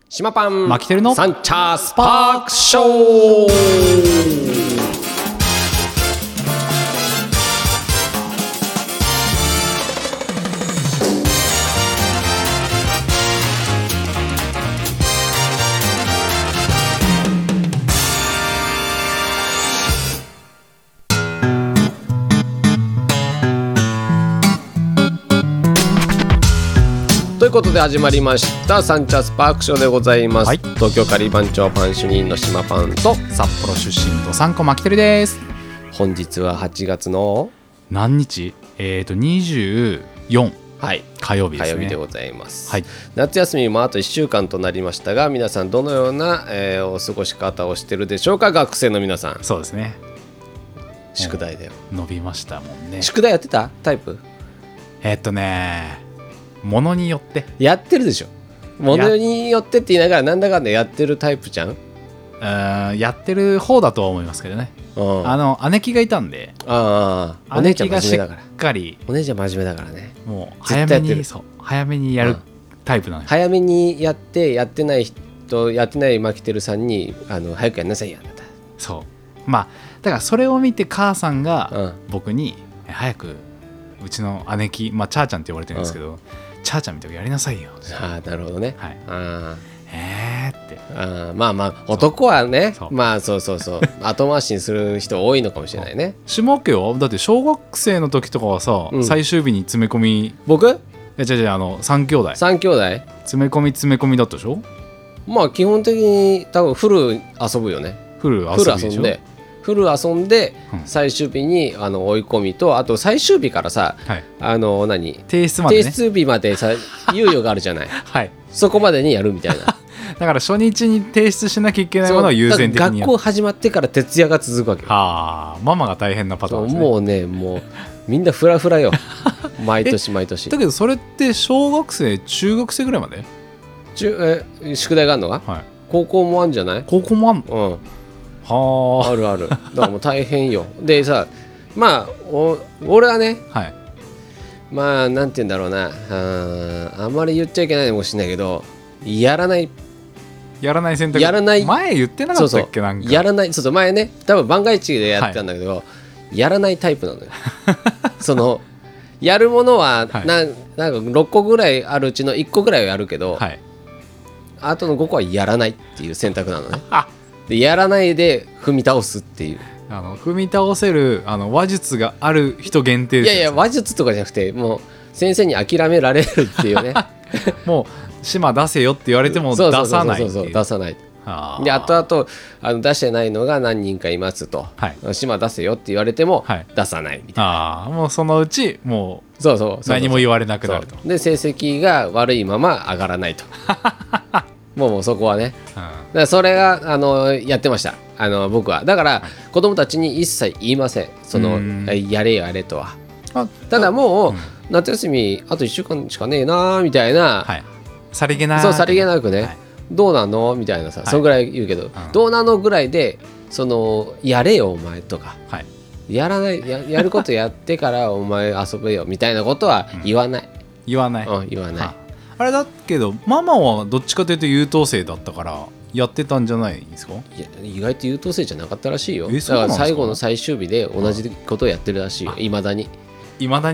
島パンマキテルのサンチャースパークショー。ということで始まりましたサンチャースパークショーでございます、 はい、 東京カリー番長パン主任の島パンと札幌出身と3個マキテルです。 本日は8月の何日24、 はい、 火曜日ですね。 火曜日でございます、 はい、 夏休みもあと1週間となりましたが、皆さんどのような、お過ごし方をしているでしょうか。学生の皆さん、 そうですね、 宿題だよ。 伸びましたもんね。 宿題やってたタイプ？ ものによってやってるでしょ。ものによってって言いながらなんだかんだやってるタイプじゃん。 やってる方だとは思いますけどね。姉貴がいたんで、 お姉ちゃん真面目だから。 しっかりお姉ちゃん真面目だからね。 もう早めにやるタイプなのよ。 早めにやってやってない人、やってないマキテルさんに早くやんなさいよあなた。 そう、まあだからそれを見て母さんが僕に、早くうちの姉貴、チャーちゃんって呼ばれてるんですけど、チャーちゃんみたいにやりなさいよ。 なるほどね。 はい、ってまあ男はね、そう後回しにする人多いのかもしれないね。 島家はだって小学生の時とかはさ、最終日に詰め込み、 僕？ 違う3兄弟詰め込みだったでしょ。 まあ基本的に多分フル遊ぶよね。フル遊んで、最終日に追い込みと、あと最終日からさ、提出日までさ猶予があるじゃない、はい、そこまでにやるみたいなだから初日に提出しなきゃいけないものを優先的にやる。 学校始まってから徹夜が続くわけよ。 ママが大変なパターンですね。 もうみんなフラフラよ毎年だけどそれって小学生中学生ぐらいまで宿題があるのが、高校もあるんじゃない？ 高校もあるの？ あるある。だからもう大変よ。でさ、俺はね、なんて言うんだろうな、あんまり言っちゃいけないかもしれないけど、やらない選択。前言ってなかったっけ？なんかやらない。前ね、多分万が一でやってたんだけど、やらないタイプなのよやるものはなんか6個ぐらいあるうちの1個ぐらいはやるけど、あとの5個はやらないっていう選択なのねでやらないで踏み倒すっていう、 踏み倒せる話術がある人限定です。 いや話術とかじゃなくて、もう先生に諦められるっていうねもう島出せよって言われても出さないっていう。 出さない。で後々出してないのが何人かいますと、島出せよって言われても出さないみたいな、 もうそのうちもう何も言われなくなると。 で成績が悪いまま上がらないともうそこはね、だからそれがやってました僕は。だから子供たちに一切言いません、やれやれとは。ただもう、夏休みあと1週間しかねえなみたいな、 さりげなくね、どうなのみたいなさ、そのぐらい言うけど、どうなのぐらいでやれよお前とか、やらない やることやってからお前遊べよみたいなことは言わない。 言わない。あれだけどママはどっちかというと優等生だったからやってたんじゃないですか？いや意外と優等生じゃなかったらしいよ。だから最後の最終日で同じことをやってるらしいよ。いまだにもう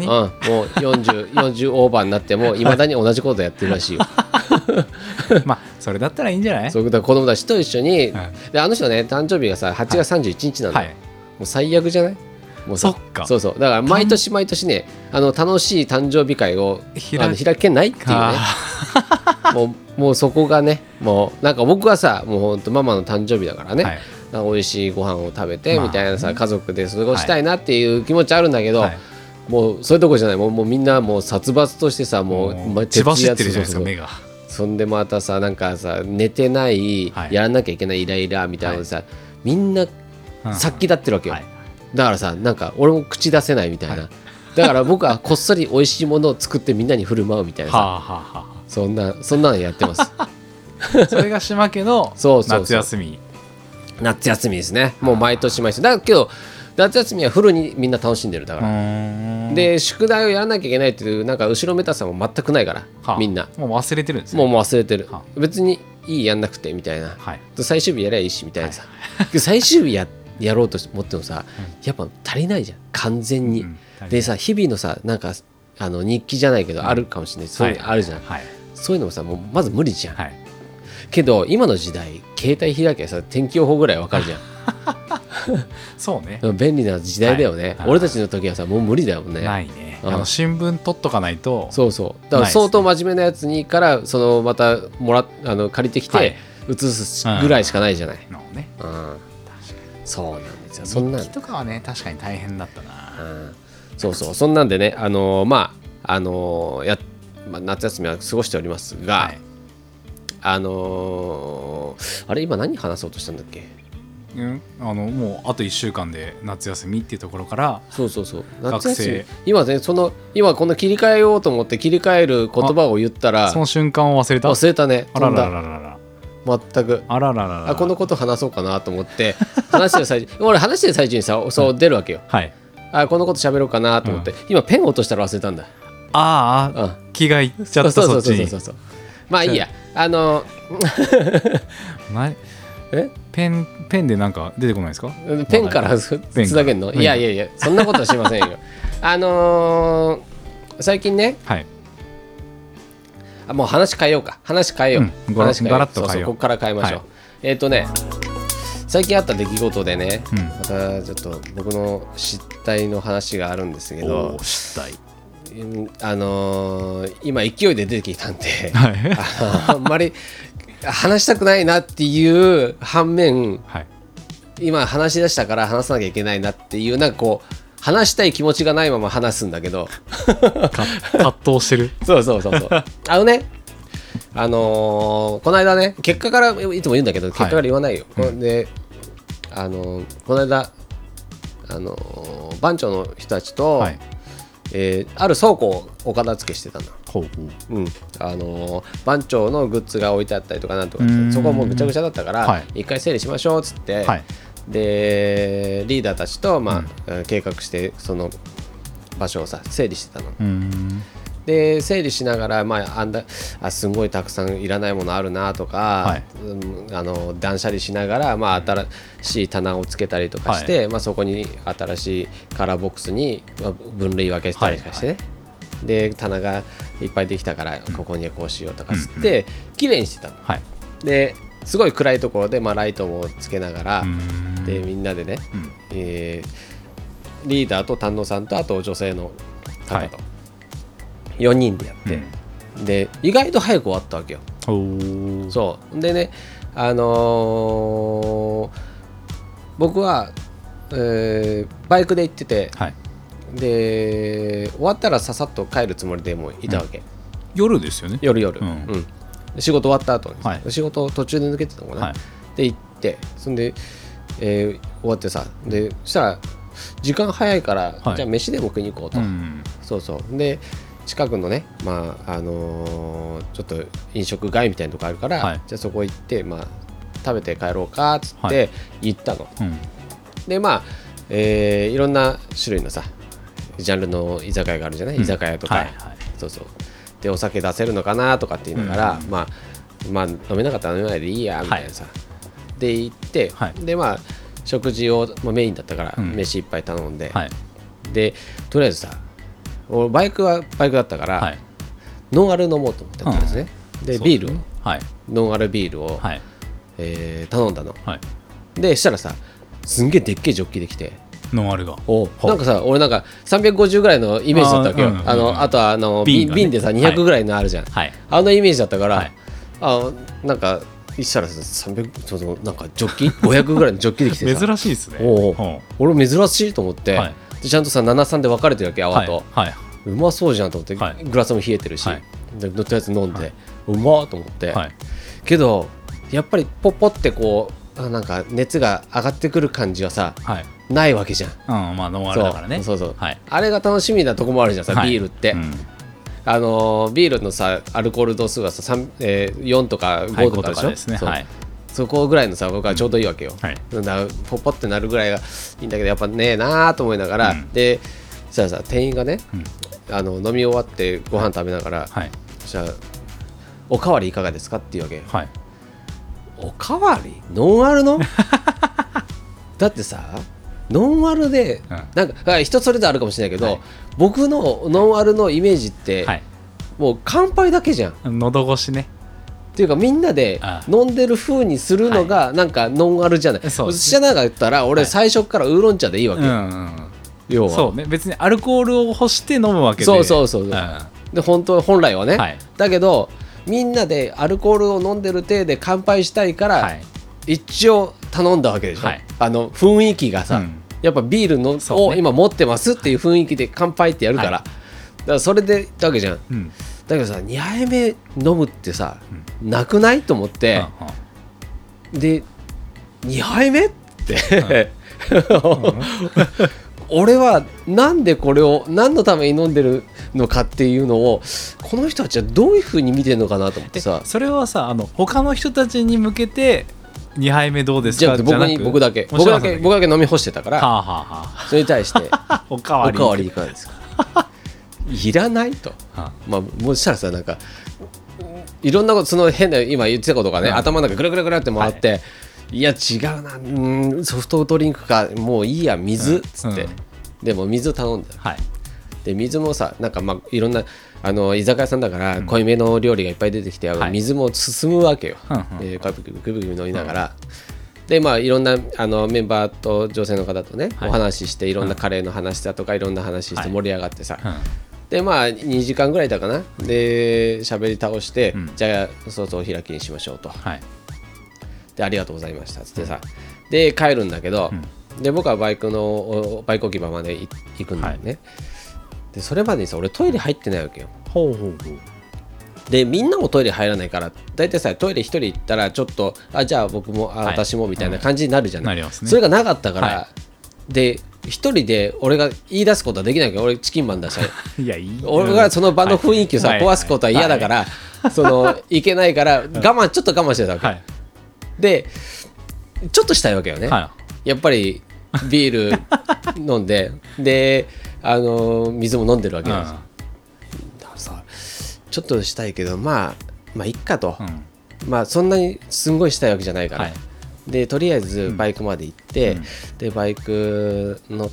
40オーバーになってもいまだに同じことやってるらしいよそれだったらいいんじゃない？ そうだから子供たちと一緒に、であの人ね誕生日がさ8月31日なの、もう最悪じゃない？もうそっか。 だから毎年ね楽しい誕生日会を開けないっていうねもうそこがね、もうなんか僕はさもうほんとママの誕生日だからね、美味しいご飯を食べてみたいなさ、家族で過ごしたいなっていう気持ちあるんだけど、もうそういうとこじゃない。もうみんなもう殺伐としてさ、もう血走ってるじゃないですか目が。 そんでまたさなんかさ寝てない、やらなきゃいけないイライラみたいなのさ、みんな殺気立ってるわけよ、だからさなんか俺も口出せないみたいな、だから僕はこっそり美味しいものを作ってみんなに振る舞うみたいなさそんなのやってますそれが島家の夏休みですね。もう毎年だけど夏休みはフルにみんな楽しんでる。だからで宿題をやらなきゃいけないっていうなんか後ろめたさも全くないから、みんなもう忘れてるんですね。 もう忘れてる。別にいいやんなくてみたいな、 はい、 最終日やりゃいいしみたいなさ、はい、最終日やろうと思ってもさ、やっぱ足りないじゃん完全に、でさ日々のさなんか日記じゃないけどあるかもしれない、そういうのあるじゃん、はい、そういうのもさもうまず無理じゃん、はい、けど今の時代携帯開きゃさ天気予報ぐらいわかるじゃんそうね便利な時代だよね、はい、俺たちの時はさもう無理だよねないね、新聞取っとかないとそうそうだから相当真面目なやつにからまた借りてきて写すぐらいしかないじゃない、 ね、 確かにそうなんですよ。 そんな日記とかはね確かに大変だったな、 そうそうそんなんでねまあ夏休みは過ごしておりますが、はい、あれ今何話そうとしたんだっけ。 もうあと1週間で夏休みっていうところからそう夏休み今ね今この切り替えようと思って切り替える言葉を言ったらその瞬間を忘れたね。 あららららら全くあららららこのこと話そうかなと思って話してる最中俺話してる最中にさそう出るわけよ、 はい、 このこと喋ろうかなと思って、今ペン落としたら忘れたんだ。 気がいっちゃったそっちに。 そうまあいいやペンでなんか出てこないですか。 ペンからつなげんの。いやそんなことはしませんよ最近ね、はい、もう話変えよう、ガラッと変えよう。ここから変えましょう、はい、最近あった出来事でね、またちょっと僕の失態の話があるんですけど、 失態今勢いで出てきたんで、はい、あんまり話したくないなっていう反面、はい、今話し出したから話さなきゃいけないなっていうなんかこう話したい気持ちがないまま話すんだけど葛藤してるそうこの間ね結果からいつも言うんだけど結果から言わないよ、はい、でこの間番長の人たちと、はい、ある倉庫をお片付けしてたの。番長のグッズが置いてあったりとかなんとかそこはもうぐちゃぐちゃだったから、はい、一回整理しましょうっつって、はい、でリーダーたちと、計画してその場所をさ整理してたの。で整理しながら、すごいたくさんいらないものあるなとか、はい、断捨離しながら、新しい棚をつけたりとかして、はい、そこに新しいカラーボックスに分類分けしたりとかしてね、はいはい、で棚がいっぱいできたからここにはこうしようとかつって、綺麗にしてたの、はい、ですごい暗いところで、ライトもつけながらでみんなでね、リーダーと丹野さんとあと女性の方と、はい4人でやって、で意外と早く終わったわけよ。そうでね、僕は、バイクで行ってて、はい、で終わったらささっと帰るつもりでもいたわけ、 夜ですよね。 夜、仕事終わった後に、はい、仕事途中で抜けてたのかな、はい、で行ってそんで、終わってさでそしたら時間早いから、じゃあ飯でも食いに行こうと、そうで近くのね、ちょっと飲食街みたいなとこあるから、はい、じゃあそこ行って、食べて帰ろうかっつって行ったの、でいろんな種類のさジャンルの居酒屋があるじゃない、居酒屋とか、はいはい、そうでお酒出せるのかなとかって言いながら、飲めなかったら飲めないでいいやみたいなさ、で行って、で食事を、メインだったから飯いっぱい頼んで、でとりあえずさ俺バイクはバイクだったから、ノンアル飲もうと思ってたんですね、でビールを、ノンアルビールを、頼んだの、でしたらさすんげえでっけえジョッキできてノンアルがなんかさ俺なんか350ぐらいのイメージだったわけよ。あとは瓶でさ200ぐらいのあるじゃん、あのイメージだったから、なんかしたら300なんかジョッキ500ぐらいのジョッキできてさ珍しいですね。 俺珍しいと思って、でちゃんとさ7-3で分かれてるわけ泡と、うまそうじゃんと思って、グラスも冷えてるし、で乗ったやつ飲んで、うまーと思って、けどやっぱりポッポってこうなんか熱が上がってくる感じはさ、ないわけじゃん、 ノンアルだからね。 あれが楽しみなとこもあるじゃんさ、ビールって、ビールのさアルコール度数がさ4とか5とかでしょ、ですね、そこぐらいのさ僕はちょうどいいわけよ、ポッポってなるぐらいがいいんだけどやっぱねえなーと思いながら、でそしたらさ店員がね、飲み終わってご飯食べながら、じゃあおかわりいかがですかっていうわけ、 おかわりノンアルのだってさノンアルで、なんか人それぞれあるかもしれないけど、僕のノンアルのイメージって、もう乾杯だけじゃん。 喉越しねっていうかみんなで飲んでる風にするのがなんかノンアルじゃない。じゃなかったら俺最初からウーロン茶でいいわけ、要はそうね、別にアルコールを欲して飲むわけで、 そう、で本来はね、だけどみんなでアルコールを飲んでる体で乾杯したいから、一応頼んだわけでしょ、雰囲気がさ、やっぱビールの、を今持ってますっていう雰囲気で乾杯ってやるから、だからそれで言ったわけじゃん、だけどさ2杯目飲むってさ、なくないと思って、で2杯目って、俺はなんでこれを何のために飲んでるのかっていうのをこの人たちはどういう風に見てるのかなと思ってさ。 それはさ他の人たちに向けて2杯目どうですかじゃなく僕だけ飲み干してたから、それに対しておかわりいかがですかいらないと、まあもしたらさなんかいろんなことその変な今言ってたことがね、頭の中ぐるぐるぐるって回って、いや違うな、ソフトドリンクかもういいや水っつって、でも水を頼んだ、で水もさなんかまあいろんな居酒屋さんだから濃いめの料理がいっぱい出てきて、水も進むわけよ、グビグビ飲みながら、でまあいろんなメンバーと女性の方とね、お話ししていろんなカレーの話だとかいろんな話して盛り上がってさ、でまあ2時間ぐらいだかなで喋り倒して、じゃあそろそろお開きにしましょうと、でありがとうございましたっつってさ、で帰るんだけど、で僕はバイク置き場まで行くんだよね、でそれまでにさ俺トイレ入ってないわけよ。でみんなもトイレ入らないからだいたいさトイレ一人行ったらちょっとじゃあ僕も私もみたいな感じになるじゃない、それがなかったから、で一人で俺が言い出すことはできないけど俺チキンマンだし俺がその場の雰囲気をさ壊すことは嫌だからいけないからちょっと我慢してたわけ、でちょっとしたいわけよね、やっぱりビール飲んでで水も飲んでるわけです、だからさちょっとしたいけどまあいっかと、まあそんなにすんごいしたいわけじゃないから、でとりあえずバイクまで行って、でバイク乗って、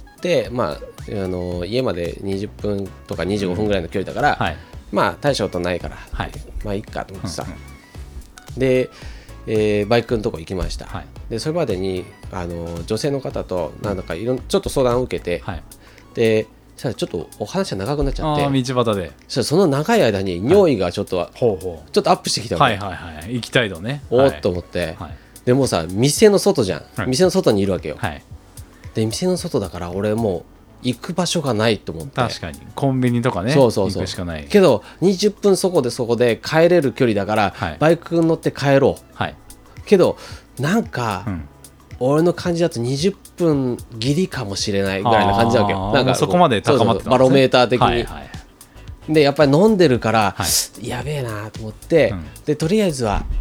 まあ、家まで20分とか25分ぐらいの距離だから、まあ大したことないから、まあいっかと思ってさ、でバイクのとこ行きました、でそれまでに女性の方となんだかちょっと相談を受けて、でちょっとお話が長くなっちゃって道端でその長い間に尿意がちょっとアップしてきたわけ、 行きたいのねおっと思って、でもさ店の外じゃん、店の外にいるわけよ、で店の外だから俺もう行く場所がないと思って、 確かにコンビニとかね行くしかないけど20分そこで帰れる距離だから、バイク乗って帰ろう、けどなんか、俺の感じだと20分ギリかもしれないぐらいな感じだわけよ。なんかそこまで高まってたんですね、 バロメーター的に、でやっぱり飲んでるから、やべえなと思って、でとりあえずは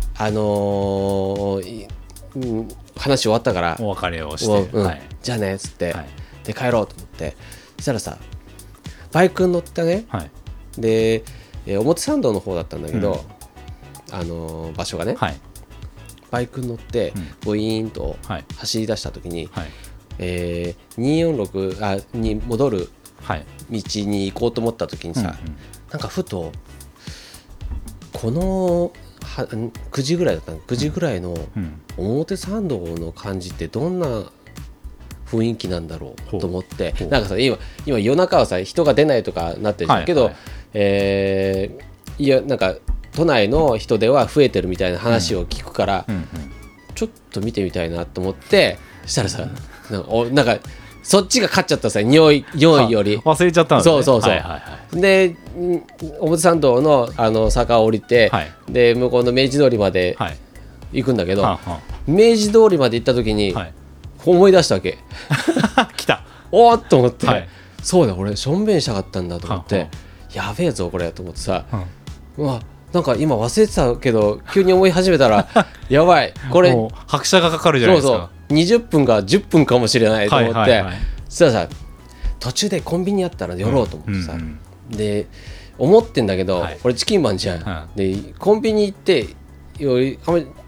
話終わったからお別れをして、 じゃあねっつって、で帰ろうと思って、そしたらさバイクに乗ったね、で、表参道の方だったんだけど、場所がね、バイクに乗ってボイーンと走り出した時に、246に戻る道に行こうと思った時にさ、なんかふとこの9時ぐらいだったの、9時ぐらいの表参道の感じってどんな雰囲気なんだろうと思って、なんかさ今夜中はさ人が出ないとかなってるじゃん、けど、いやなんか都内の人出は増えてるみたいな話を聞くから、ちょっと見てみたいなと思ってしたらさ、なんかそっちが勝っちゃったさ、匂いより忘れちゃったんですね。 そう、で表参道の坂を降りて、で向こうの明治通りまで行くんだけど、明治通りまで行った時に、思い出したわけ来たおーっと思って、そうだ俺しょんべんしたかったんだと思って、やべえぞこれと思ってさ、うわなんか今忘れてたけど急に思い始めたらやばいこれ拍車がかかるじゃないですか。 20分か10分かもしれないと思って、そしたらさ途中でコンビニあったら寄ろうと思ってさ、で思ってんだけど、これチキンマンじゃん、でコンビニ行って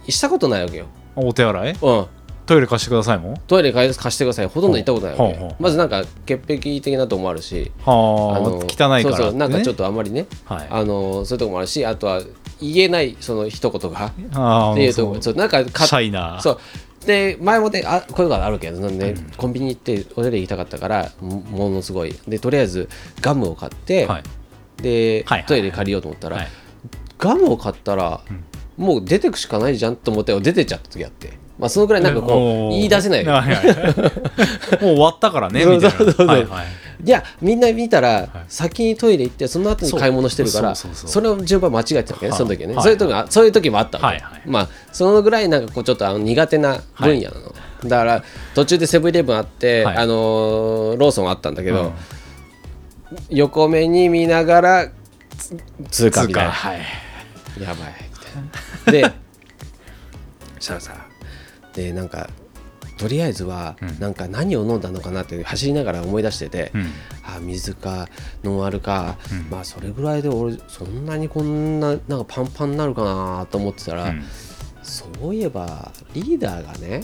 したことないわけよ。 お手洗い、 うん、 トイレ貸してくださいもん。 トイレ貸してくださいほとんど行ったことないわけ。まずなんか潔癖的なとこもあるし、 汚いからって、ね、 そうなんかちょっとあんまりね、 はい、 そういうとこもあるし、あとは言えないその一言がっていうところ、そうなんかシャイな。 そうで前もねこういうのがあるけどなんで、コンビニ行っておトイレ行きたかったからものすごいでとりあえずガムを買って、はい、で、トイレ借りようと思ったら、ガムを買ったら、もう出てくしかないじゃんと思って出てっちゃった時あって、まあ、そのくらいなんかこう言い出せないよ、もう終わったからねみたいな。 いやみんな見たら先にトイレ行ってその後に買い物してるからそれを順番間違えてたわけね、その時はね、そういう時もあったわけ、まあそのぐらいなんかこうちょっと苦手な分野なの、だから途中でセブンイレブンあって、ローソンあったんだけど、横目に見ながら通過みたいな、やばいみたいなでしたらさでなんかとりあえずはなんか何を飲んだのかなって走りながら思い出してて、水かノンアルか、まあそれぐらいで俺そんなにこんななんかパンパンになるかなと思ってたら、そういえばリーダーがね、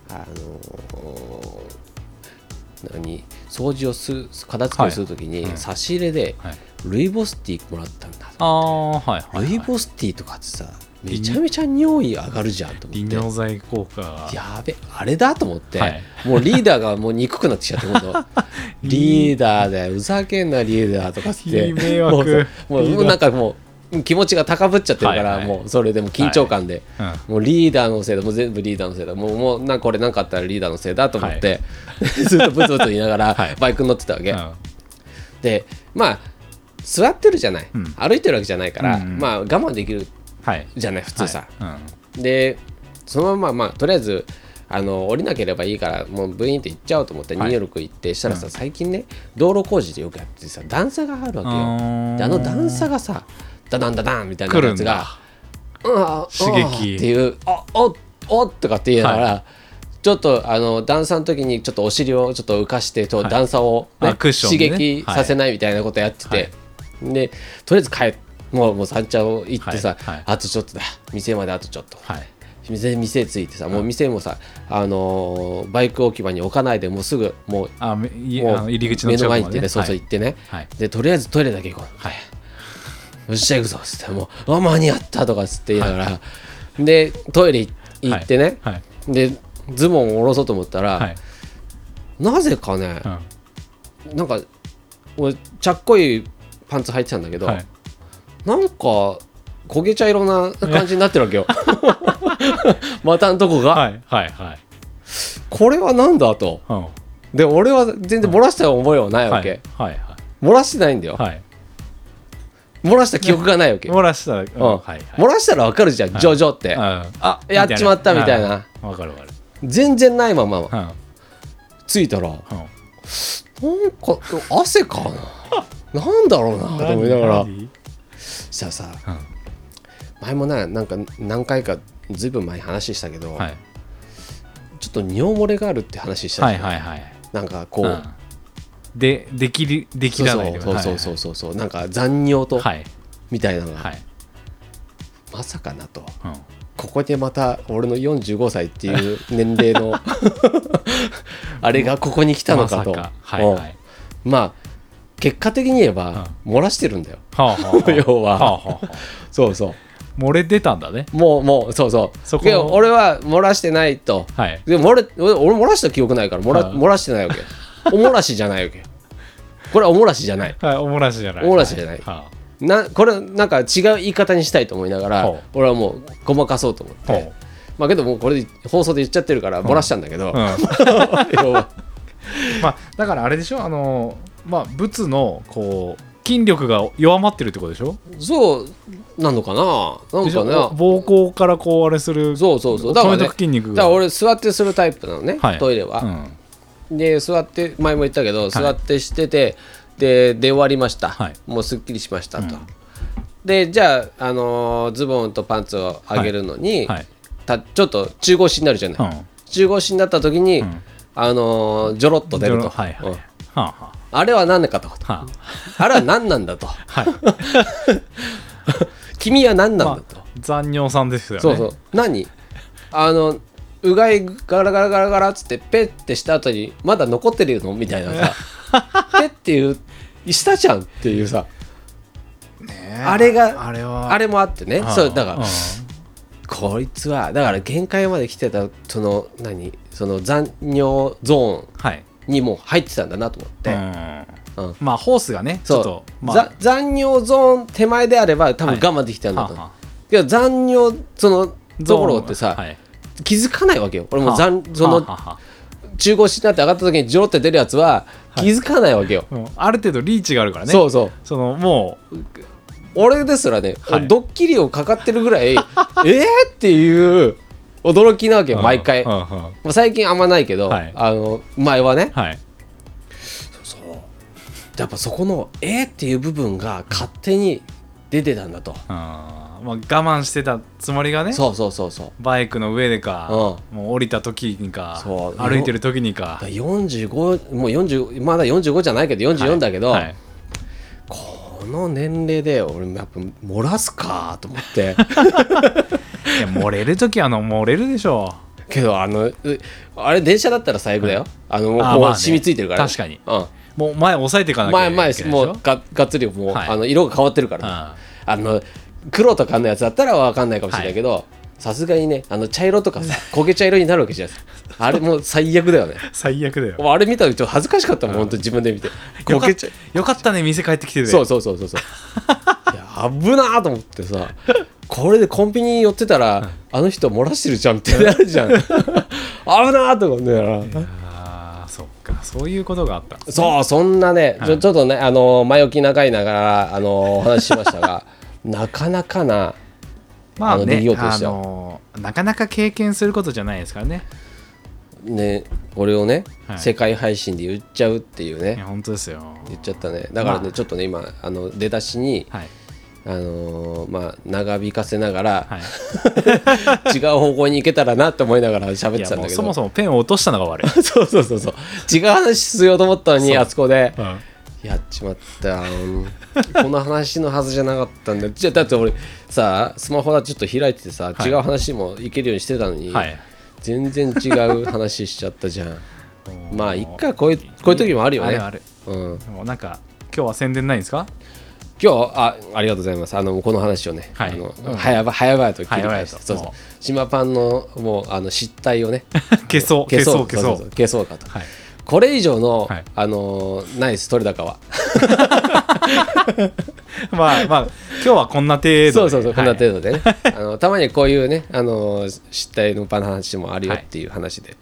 掃除を片付けをするときに差し入れでルイボスティーもらったんだ。ルイボスティーとかってさめちゃめちゃ匂い上がるじゃんと思って、 利尿剤効果がやべあれだと思って、もうリーダーがもう憎くなってきちゃってリーダーだよふざけんなリーダーとかって迷惑もうなんかもう気持ちが高ぶっちゃってるから、もうそれでも緊張感で、もうリーダーのせいだもう全部リーダーのせいだもうなんかこれなんかあったらリーダーのせいだと思って、ずっとブツブツ言いながらバイクに乗ってたわけ、でまあ座ってるじゃない、歩いてるわけじゃないから、まあ我慢できるじゃない普通さ、でそのままとりあえず降りなければいいからもうブイーンって行っちゃおうと思って246行ってしたらさ、最近ね道路工事でよくやってさ段差があるわけよ。で段差がさダダンダダンみたいなやつが刺激っていうおっとかって言いながらちょっと段差の時にちょっとお尻をちょっと浮かして段差を、刺激させないみたいなことやってて、でとりあえず帰ってもう三茶を行ってさ、あとちょっとだ店まであとちょっと、店着いてさ、もう店もさバイク置き場に置かないでもうすぐもう入り口の目の前に行ってね、そう行ってね、でとりあえずトイレだけ行こう、よっしゃ行くぞっつってもう間に合ったとかっつって言いながら、でトイレ行ってね、でズボンを下ろそうと思ったら、なぜかね、なんか俺ちゃっこいパンツ履いてたんだけど、なんか焦げ茶色な感じになってるわけよ股のとこが、これはなんだと、で俺は全然漏らした覚えはないわけ、漏らしてないんだよ、漏らした記憶がないわけ、 漏らしたら、 漏らしたら分かるじゃん、ジョジョって、あやっちまったみたいな、全然ないままついたら、なんか汗かななんだろうなと思いながらしたらさ、前もなんか何回かずいぶん前に話したけど、ちょっと尿漏れがあるって話したじゃん、なんかこう、 できらないで、 そうなんか残尿と、みたいなのが、まさかなと、ここでまた俺の45歳っていう年齢のあれがここに来たのかと、まあ結果的に言えば漏らしてるんだよ、要はそう漏れ出たんだね。 もうそう俺は漏らしてないと、で俺漏らした記憶ないから漏らしてないわけお漏らしじゃないわけこれはお漏らしじゃない、 お漏らしじゃない、 これなんか違う言い方にしたいと思いながら俺はもうごまかそうと思って、まあけどもうこれ放送で言っちゃってるから漏らしたんだけど、 まあだからあれでしょ、まあブツのこう筋力が弱まってるってことでしょ。そうなのかな、なんかね膀胱からこうあれする、 そうだからね、 筋肉がだから俺座ってするタイプなのね、トイレは、で座って前も言ったけど座ってしてて、で終わりました、もうすっきりしましたと、でじゃあ、ズボンとパンツを上げるのに、ちょっと中腰になるじゃない、中腰になった時に、ジョロッと出ると、あれは何かと、あれは何なんだと、君は何なんだと、 残尿さんですよね。 そう何うがいガラガラガラガラっつってペッてした後にまだ残ってるのみたいなさペッていうしたじゃんっていうさ、 ね、 あれもあってね、そうだから、こいつはだから限界まで来てたその残尿ゾーンにも入ってたんだなと思って、 まあホースがねちょっと、 残尿ゾーン手前であれば多分我慢できたんだと思う、けど残尿そのところってさ、気づかないわけよ。俺もその中腰になって上がった時にジョロって出るやつは気づかないわけよ、 ある程度リーチがあるからね。 そうそのもう俺ですらね、ドッキリをかかってるぐらいっていう驚きなわけよ毎回。最近あんまないけど、前はね、そうやっぱそこのっていう部分が勝手に出てたんだと。 我慢してたつもりがね、 そうバイクの上でか、もう降りた時にか歩いてる時にか、 45もう40まだ45じゃないけど44だけど、この年齢で俺やっぱ漏らすかと思っていや漏れる時は漏れるでしょけどあれ電車だったら最悪だよ、もう染みついてるから、 確かに、もう前押さえていかなきゃいけないでしょ。 もうがっつりもう、色が変わってるから、黒とかのやつだったら分かんないかもしれないけど、さすがにね茶色とかさ焦げ茶色になるわけじゃないですか。あれもう最悪だよね最悪だよ。 あれ見た時ちょっと恥ずかしかったもん、本当自分で見てよかったね店帰ってきてて。 そういや危なーと思ってさこれでコンビニ寄ってたら、あの人漏らしてるじゃんってなるじゃん危なーと思ってそっか、そういうことがあったんですね。 そう、そんなね、ちょっとね前置き長いながらお話ししましたがなかなかな出来事でしたよ。 なかなか経験することじゃないですからね。 これをね、世界配信で言っちゃうっていうね。 本当ですよ。 言っちゃったね。だからね、ちょっとね今出だしに、長引かせながら、違う方向に行けたらなって思いながら喋ってたんだけど、 そもそもペンを落としたのが悪いそう違う話しようと思ったのにあそこで、やっちまったこの話のはずじゃなかったんだだって俺さスマホだちょっと開いててさ、違う話もいけるようにしてたのに、全然違う話しちゃったじゃんまあ一回こういう時もあるよね。 ある、でもなんか今日は宣伝ないんですか？ 今日ありがとうございます。この話をね、早々と切り返して、島パンのもう失態をね消そうかと、 これ以上の、ナイス取れ高はまあ今日はこんな程度で、 こんな程度でねたまにこういうね失態の場の話もあるよっていう話で、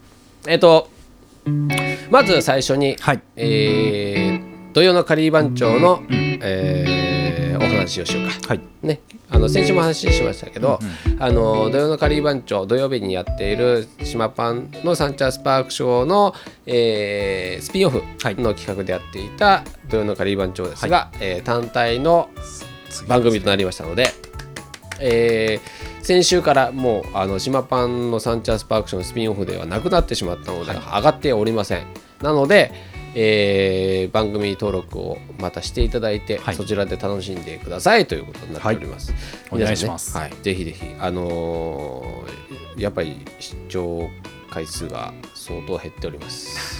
まず最初に、土曜のカリー番長の、お話をしようか、ね、先週も話しましたけど、土曜のカリー番長土曜日にやっている島パンのサンチャースパークショーの、スピンオフの企画でやっていた土曜のカリー番長ですが、単体の番組となりましたので、先週からもう島パンのサンチャースパークショーのスピンオフではなくなってしまったので、上がっておりません。なので番組登録をまたしていただいて、そちらで楽しんでくださいということになっております。 お願いします。 ぜひぜひやっぱり視聴回数が相当減っております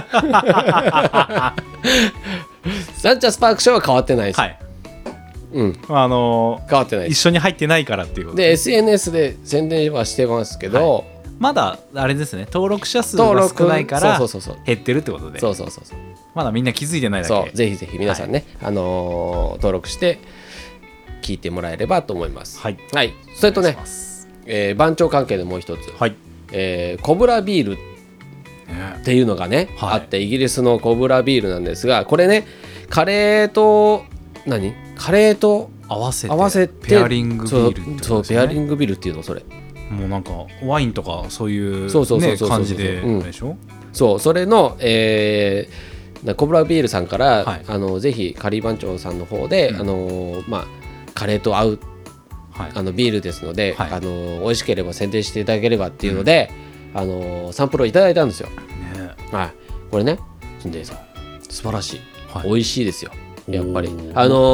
サンチャースパークショーは変わってないです。変わってない。 一緒に入ってないからっていうことで SNS で宣伝はしてますけど、 まだあれですね、登録者数が少ないから減ってるってことで、まだみんな気づいてないだけ。 ぜひぜひ皆さんね、登録して聞いてもらえればと思います。それとね、番長関係でもう一つ、コブラビールっていうのがね、あって、イギリスのコブラビールなんですが、これねカレーと合わせてペアリングビールってことですね。 ペアリングビールっていうの、それもうなんかワインとかそういう感じででしょ。 それのコブラビールさんから、ぜひカリー番長さんの方で、カレーと合う、ビールですので、美味しければ宣伝していただければっていうので、サンプルをいただいたんですよ。これね、でさ素晴らしい、美味しいですよやっぱり。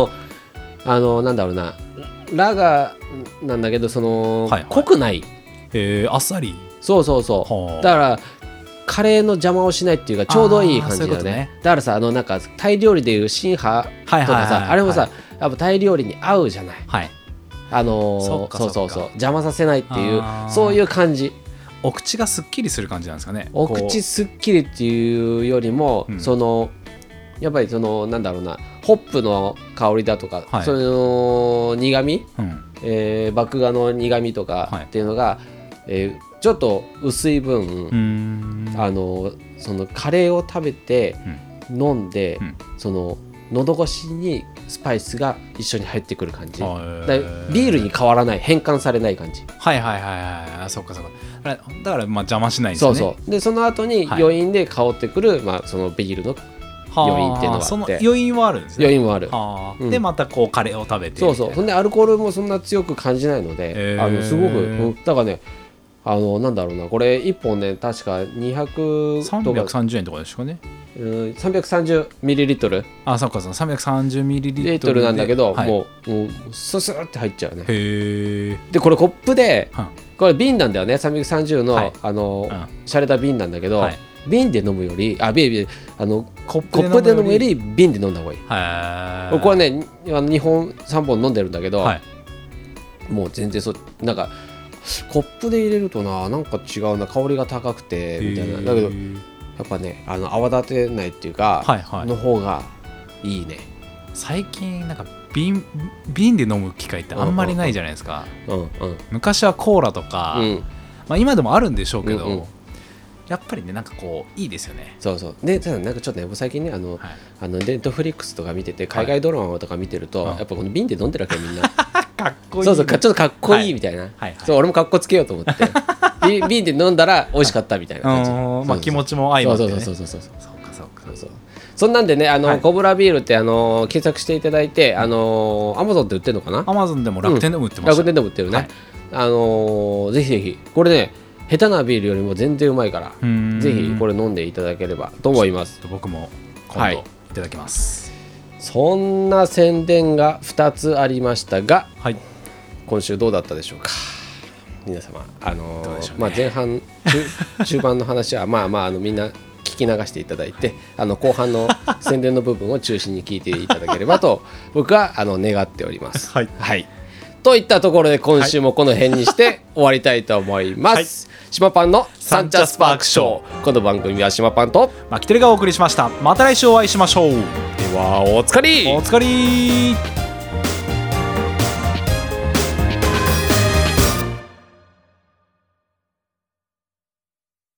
なんだろうな、ラガーなんだけど濃くないあっさり。 そうそうそう。だからカレーの邪魔をしないっていうかちょうどいい感じだよね。だからさなんかタイ料理でいうシンハとかさ、あれもさやっぱタイ料理に合うじゃない。 はい。 そうそうそう邪魔させないっていうそういう感じ。 お口がすっきりする感じなんですかね。 お口すっきりっていうよりも、そのやっぱりそのなんだろうなホップの香りだとか、その苦味、麦芽の苦味とかっていうのが、ちょっと薄い分そのカレーを食べて飲んで、その喉越しにスパイスが一緒に入ってくる感じ。だビールに変わらない変換されない感じ。 はいはいはいはい。そうかそうか。だからまあ邪魔しないんですね。 そうそう。でその後に余韻で香ってくる、まあそのビールの余韻っていうのがあって、その余韻はあるんですね。 余韻はある。 でまたこうカレーを食べて。 そうそう。ほんでアルコールもそんな強く感じないので、すごくだからね。なんだろうなこれ1本ね確か200とか 330円とかですかね。 330ミリリットル。 そうかそう330ミリリットルなんだけど、もうススって入っちゃうね。 へえ。 でこれコップで、これ瓶なんだよね330の、洒落た瓶なんだけど、瓶で飲むよりコップで飲むより瓶で飲んだ方がいい。これね2本3本飲んでるんだけど、もう全然なんかコップで入れるとなんか違うな香りが高くてみたいな。だけどやっぱね泡立てないっていうか、の方がいいね。 最近なんか瓶で飲む機会ってあんまりないじゃないですか。昔はコーラとか、まあ今でもあるんでしょうけど、やっぱりねなんかこういいですよね。 そうそうでただなんかちょっとね最近ねネットフリックスとか見てて海外ドラマとか見てると、やっぱこの瓶で飲んでるわけみんな。 かっこいい。 そうそうちょっとかっこいいみたいな。そう俺もかっこつけようと思って瓶で飲んだら美味しかったみたいな感じ。 まあ気持ちも相まってね。 そうそんなんでねコブラビールって検索していただいてAmazon で売ってるのかな。 Amazon でも楽天でも売ってました。 楽天でも売ってるね。ぜひぜひこれね下手なビールよりも全然うまいからぜひこれ飲んでいただければと思います。 僕も今度いただきます。 そんな宣伝が2つありましたが、今週どうだったでしょうか皆様。まあ、前半中盤の話はまあみんな聞き流していただいて後半の宣伝の部分を中心に聞いていただければと僕は願っております。といったところで今週もこの辺にして終わりたいと思います。島パンのサンチャスパークショー。この番組は島パンとマキテルがお送りしました。また来週お会いしましょう。 ではおつかり。 おつかり。